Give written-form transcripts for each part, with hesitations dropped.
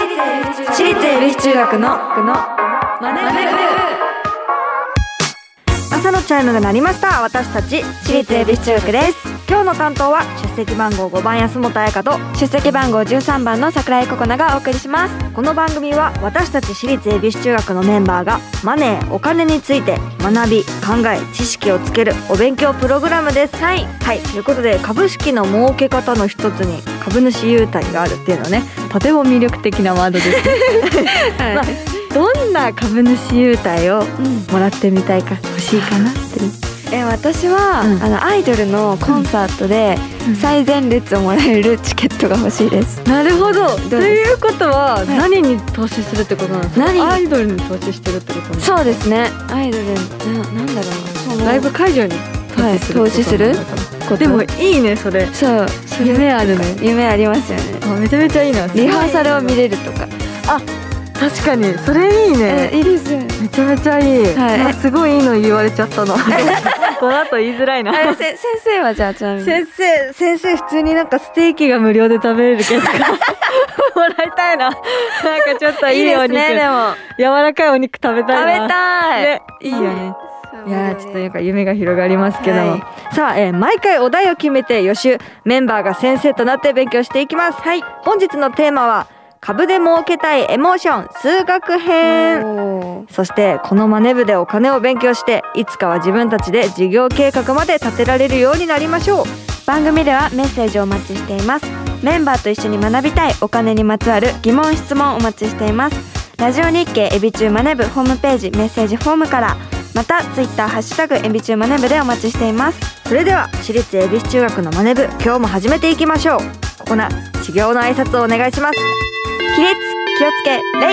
私立恵比寿中学のマネブ。朝のチャイムが鳴りました。私たち私立恵比寿中学です。今日の担当は出席番号5番安本彩香と出席番号13番の桜井ココナがお送りします。この番組は私たち私立恵比寿中学のメンバーがマネー、お金について学び、考え、知識をつけるお勉強プログラムです。はい、ということで株式の儲け方の一つに株主優待があるっていうのはね、とても魅力的なワードですね、はい、どんな株主優待をもらってみたいか、欲しいかなっていう。 私は、アイドルのコンサートで最前列をもらえるチケットが欲しいです。 なるほど。ということは、何に投資するってことなんですか？アイドルに投資してるってことなんですか？ そうですね。アイドルなんだろうな、 ライブ会場に投資すること。 でもいいね、それ。そう、夢あるね。 夢ありますよね。 めちゃめちゃいいな。 リハーサルを見れるとか。 あ、確かにそれいいね。 いいですよね。 めちゃめちゃいい、はい、すごいいいの言われちゃったのこの後言いづらいな。 先生はじゃあちなみに先生普通になんかステーキが無料で食べれるけどもらいたいな。なんかちょっといいお肉、いいですね。でも柔らかいお肉食べたいな。 食べたい、ね、 いいよね。いやちょっとなんか夢が広がりますけども、さあ、毎回お題を決めて予習、メンバーが先生となって勉強していきます。本日のテーマは株で儲けたいエモーション数学編。そしてこのマネ部でお金を勉強して、いつかは自分たちで事業計画まで立てられるようになりましょう。 番組ではメッセージをお待ちしています。メンバーと一緒に学びたいお金にまつわる疑問質問をお待ちしています。ラジオ日経エビチューマネ部ホームページメッセージフォームから、またツイッターハッシュタグエビチューマネ部でお待ちしています。 それでは私立恵比寿中学のマネ部、今日も始めていきましょう。ここな修行の挨拶をお願いします。 起立、気をつけ、礼。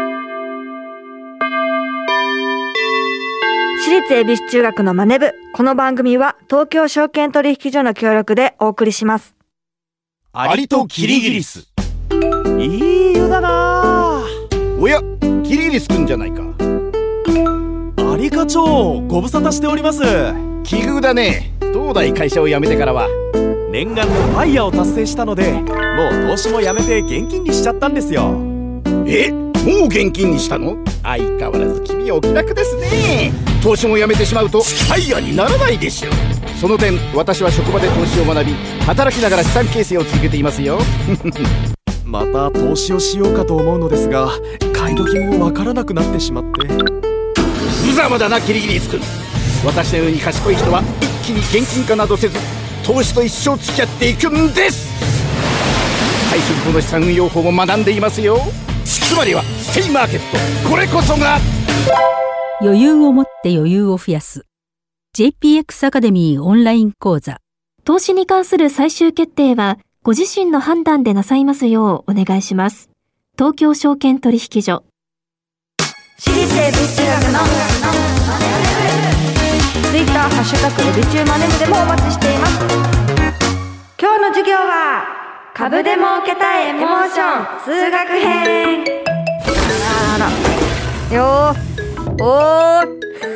私立恵比寿中学のマネ部、この番組は東京証券取引所の協力でお送りします。 アリとキリギリス、いい湯だな。 おや、キリギリスくんじゃないか。 アリ課長、ご無沙汰しております。 奇遇だね。東大会社を辞めてからは念願のファイヤーを達成したので、もう投資もやめて現金にしちゃったんですよ。もう現金にしたの？相変わらず君はお気楽ですね。投資もやめてしまうとファイヤーにならないでしょう。その点、私は職場で投資を学び、働きながら資産形成を続けていますよまた投資をしようかと思うのですが、買い時もわからなくなってしまって。 無様だなキリギリス君。私のように賢い人は一気に現金化などせず、投資と一生付き合っていくんです。退職後の資産運用法も学んでいますよ。つまりはステイマーケット、これこそが余裕を持って余裕を増やす JPX アカデミーオンライン講座。 投資に関する最終決定はご自身の判断でなさいますようお願いします。東京証券取引所。 私立恵比寿中学のツイッターハッシュタグエビチューマネ部でもお待ちしています。今日の授業は株で儲けたいエモーション数学編。あらよー、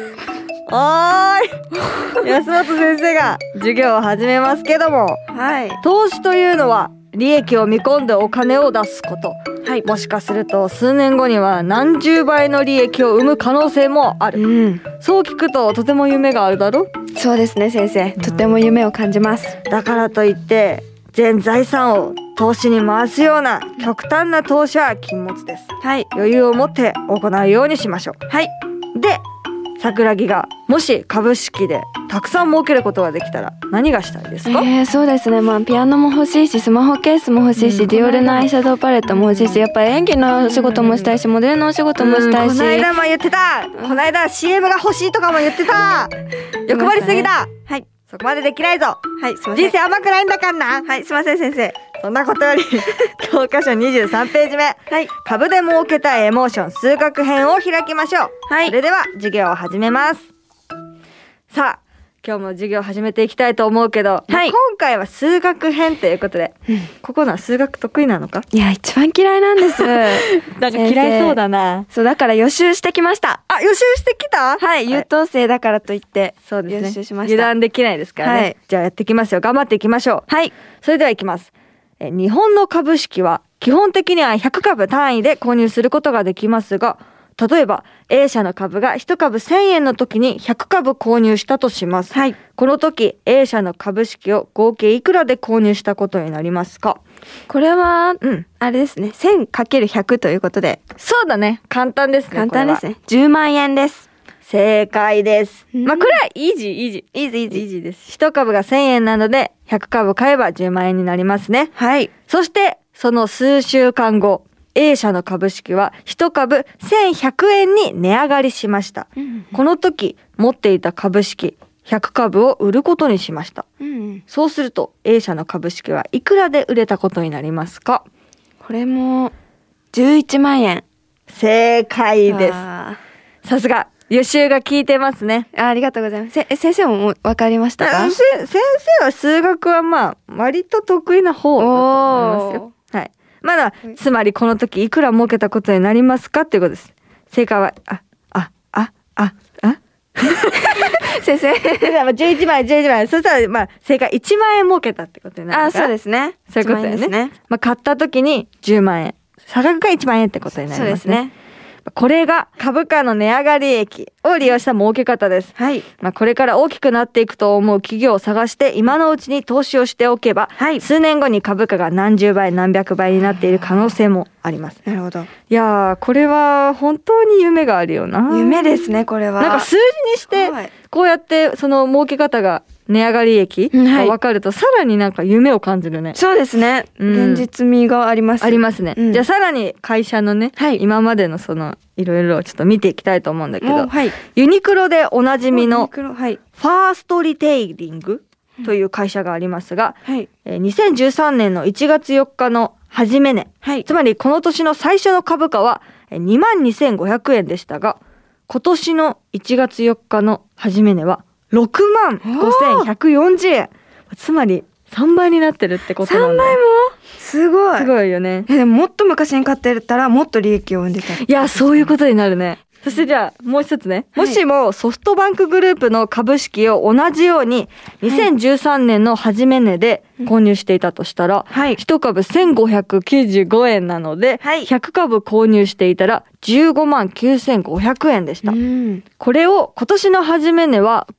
安本先生が授業を始めますけども、投資というのは利益を見込んでお金を出すこと。もしかすると数年後には何十倍の利益を生む可能性もある、そう聞くととても夢があるだろ。 そうですね先生、とても夢を感じます。 だからといって全財産を投資に回すような極端な投資は禁物です。余裕を持って行うようにしましょう。で、桜木がもし株式でたくさん儲けることができたら何がしたいですか？ そうですね、ピアノも欲しいし、スマホケースも欲しいし、ディオールのアイシャドウパレットも欲しいし、やっぱり演技のお仕事もしたいし、モデルのお仕事もしたいし、 この間も言ってた、この間 CM が欲しいとかも言ってた。欲張りすぎだ。そこまでできないぞ。すいません。人生甘くないんだからな。すいません先生。そんなことより教科書23ページ目、株で儲けたいエモーション数学編を開きましょう。それでは授業を始めます。さあ、今日も授業を始めていきたいと思うけど、今回は数学編ということで、ここのは数学得意なのか？ いや、一番嫌いなんですなんか嫌いそうだな。 そう、だから予習してきました。 予習してきた？ 優等生だからといってそうですね、 予習しました。 油断できないですからね。じゃあやっていきますよ。頑張っていきましょう。それではいきます。日本の株式は基本的には100株単位で購入することができますが、例えば A 社の株が1株1000円の時に100株購入したとします。この時 A 社の株式を合計いくらで購入したことになりますか？ これは、あれですね。1000×100 ということで。 そうだね。簡単ですね。 簡単ですね。10万円です。 正解です。これはイージーです。1株が1000円なので100株買えば10万円になりますね。そしてその数週間後、A 社の株式は1株1100円に値上がりしました。この時持っていた株式100株を売ることにしました。そうすると A 社の株式はいくらで売れたことになりますか？ これも11万円。 正解です。さすが予習が効いてますね。 ありがとうございます。先生も分かりましたか？ 先生は数学は割と得意な方だと思いますよ。まだつまりこの時いくら儲けたことになりますかっていうことです。正解は先生11万円。そしたら正解1万円儲けたってことになるから。 そうですね。 そういうことだよね。買った時に10万円、差額が1万円ってことになりますね。そうですね。これが株価の値上がり益を利用した儲け方です。これから大きくなっていくと思う企業を探して今のうちに投資をしておけば、数年後に株価が何十倍何百倍になっている可能性もあります。 なるほど。 いやー、これは本当に夢があるよな。 夢ですね、これは。 なんか数字にしてこうやってその儲け方が値上がり益が分かると、さらになんか夢を感じるね。 そうですね。現実味があります。 ありますね。じゃあさらに会社のね、今までのそのいろいろちょっと見ていきたいと思うんだけど、ユニクロでおなじみのファーストリテイリングという会社がありますが、2013年の1月4日の始め値、つまりこの年の最初の株価は22,500円でしたが、今年の1月4日の始め値は65,140円。つまり3倍になってるってことなんだ。 3倍もすごい。 すごいよね。 でももっと昔に買ってたらもっと利益を生んでた。 いや、そういうことになるね。そしてじゃあもう一つね、もしもソフトバンクグループの株式を同じように2013年の始め値で購入していたとしたら、1株1595円なので、100株購入していたら159,500円でした。これを今年の始め値は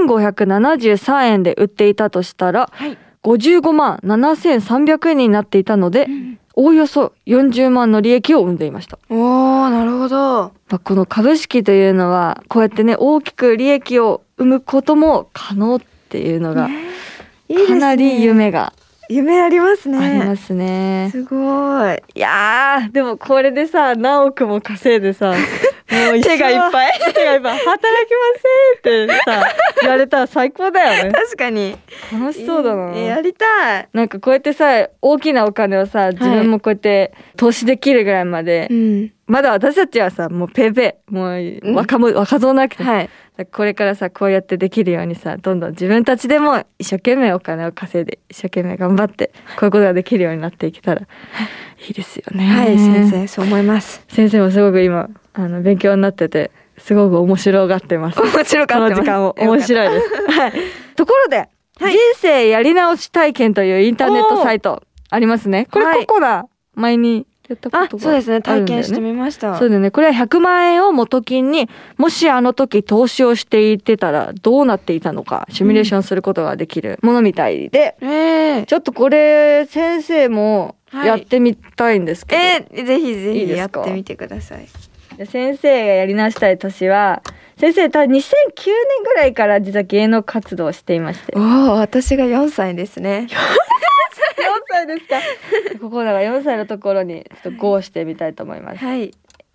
5,573円で売っていたとしたら、557,300円になっていたので、おおよそ40万の利益を生んでいました。 なるほど。 この株式というのはこうやってね、大きく利益を生むことも可能っていうのが、かなり夢が夢ありますね。 ありますね。 すごい。 いやー、でもこれでさ、何億も稼いでさ、もう手がいっぱい働きませんってさ言われたら最高だよね。 確かに楽しそうだな。 やりたい。 なんかこうやってさ、大きなお金をさ、自分もこうやって投資できるぐらいまで、まだ私たちはさ、もうペーペー、もう若造なわけで、これからさ、こうやってできるようにさ、どんどん自分たちでも一生懸命お金を稼いで、一生懸命頑張ってこういうことができるようになっていけたらいいですよね。 先生、そう思います。 先生もすごく今勉強になってて、すごく面白がってます。 面白かったます。 この時間を面白いです。ところで、人生やり直し体験というインターネットサイトありますね。これココナ前にやったことがあるんだよね。 そうですね、体験してみました。 そうだよね。これは100万円を元金に、もしあの時投資をしていってたらどうなっていたのかシミュレーションすることができるものみたいで、ちょっとこれ先生もやってみたいんですけど、 ぜひぜひやってみてください。 先生がやり直したい年は、先生多分2009年ぐらいから実は芸能活動をしていまして。 私が4歳ですね。 4歳ですか。ここだから4歳のところにちょっとゴーしてみたいと思います。じ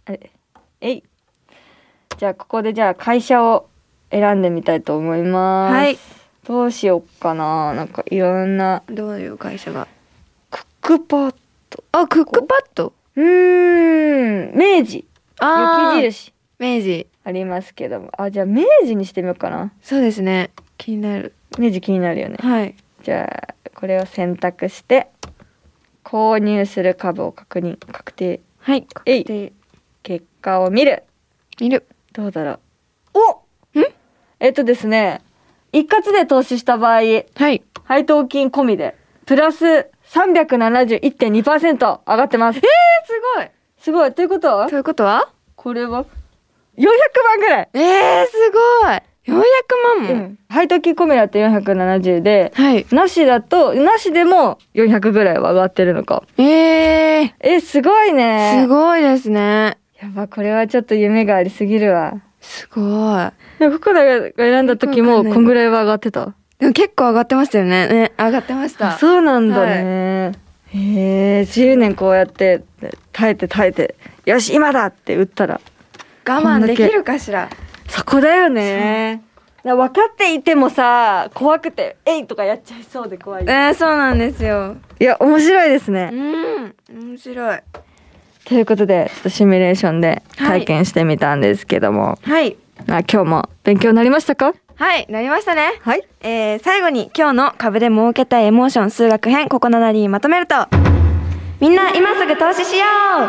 ゃあここでじゃあ会社を選んでみたいと思います。どうしようかな。なんかいろんな。 どういう会社が。 クックパッド。 クックパッド。 明治。雪印。 明治ありますけども、じゃあ明治にしてみようかな。 そうですね、気になる。 明治気になるよね。じゃあこれを選択して購入する株を確定。確定。結果を見る。どうだろう。ですね、一括で投資した場合、配当金込みでプラス 371.2% 上がってます。 すごい。 すごい。ということはということはこれは400万ぐらい。 すごい。400万も、 配当金込みだと470で、 はい。 なしでも400ぐらいは上がってるのか。すごいね。 すごいですね。 やば、これはちょっと夢がありすぎるわ。 すごい。 でもココナが選んだ時もこんぐらいは上がってた。 でも結構上がってましたよね。上がってました。 そうなんだね。10年こうやって耐えて、よし今だって打ったら我慢できるかしら。 そこだよね。分かっていてもさ、怖くてえいとかやっちゃいそうで怖い。 そうなんですよ。 いや面白いですね。 面白い。 ということでちょっとシミュレーションで体験してみたんですけども、 はい。 今日も勉強になりましたか？ はい、なりましたね。 はい。 最後に今日の株で儲けたいエモーション数学編ココナなりにまとめると、みんな今すぐ投資しよう。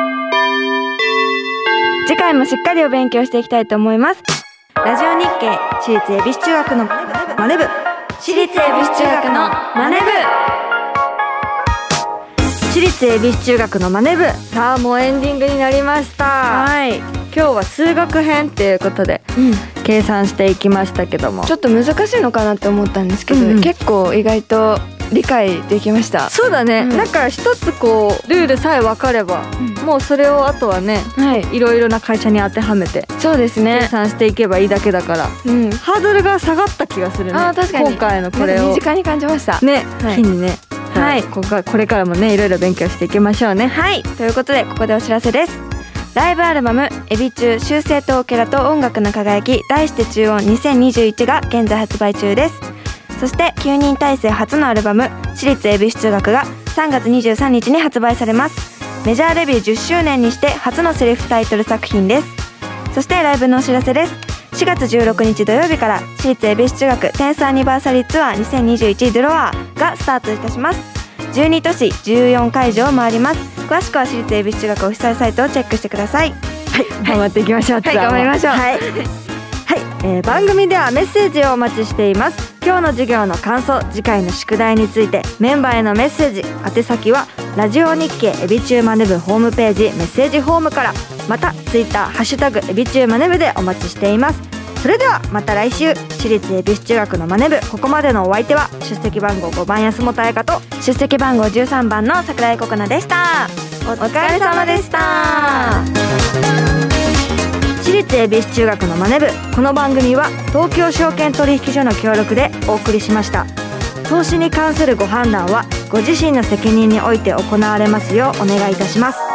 次回もしっかりお勉強していきたいと思います。ラジオ日経私立恵比寿中学のマネ部、私立恵比寿中学のマネ部、 私立恵比寿中学のマネ部。さあもうエンディングになりました。 はい。 今日は数学編っていうことで、計算していきましたけども、 ちょっと難しいのかなって思ったんですけど、結構意外と理解できました。 そうだね、なんか一つこうルールさえ分かれば、もうそれをあとはね、いろいろな会社に当てはめてそうですね、 計算していけばいいだけだから、ハードルが下がった気がするね。 確かに今回のこれを身近に感じましたね、機にね。 はい、 これからもねいろいろ勉強していきましょうね。 はい、ということでここでお知らせです。ライブアルバムエビ中修正とオケラと音楽の輝き題して中音2021が現在発売中です。そして9人体制初のアルバム私立恵比寿中学が3月23日に発売されます。メジャーデビュー10周年にして初のセリフタイトル作品です。そしてライブのお知らせです。4月16日土曜日から私立恵比寿中学10thアニバーサリーツアー2021ドロワーがスタートいたします。12都市14会場を回ります。詳しくは私立恵比寿中学オフィシャルサイトをチェックしてください。 はい、頑張っていきましょう。 はい、頑張りましょう。 はい、番組ではメッセージをお待ちしています。今日の授業の感想、次回の宿題についてメンバーへのメッセージ、宛先はラジオ日経エビチューマネ部ホームページメッセージフォームから、またツイッターハッシュタグエビチューマネ部でお待ちしています。それではまた来週。私立恵比寿中学のマネ部、ここまでのお相手は出席番号5番安本彩香と出席番号13番の桜井ココナでした。お疲れ様でした。 私立恵比寿中学のマネ部、この番組は東京証券取引所の協力でお送りしました。投資に関するご判断はご自身の責任において行われますようお願いいたします。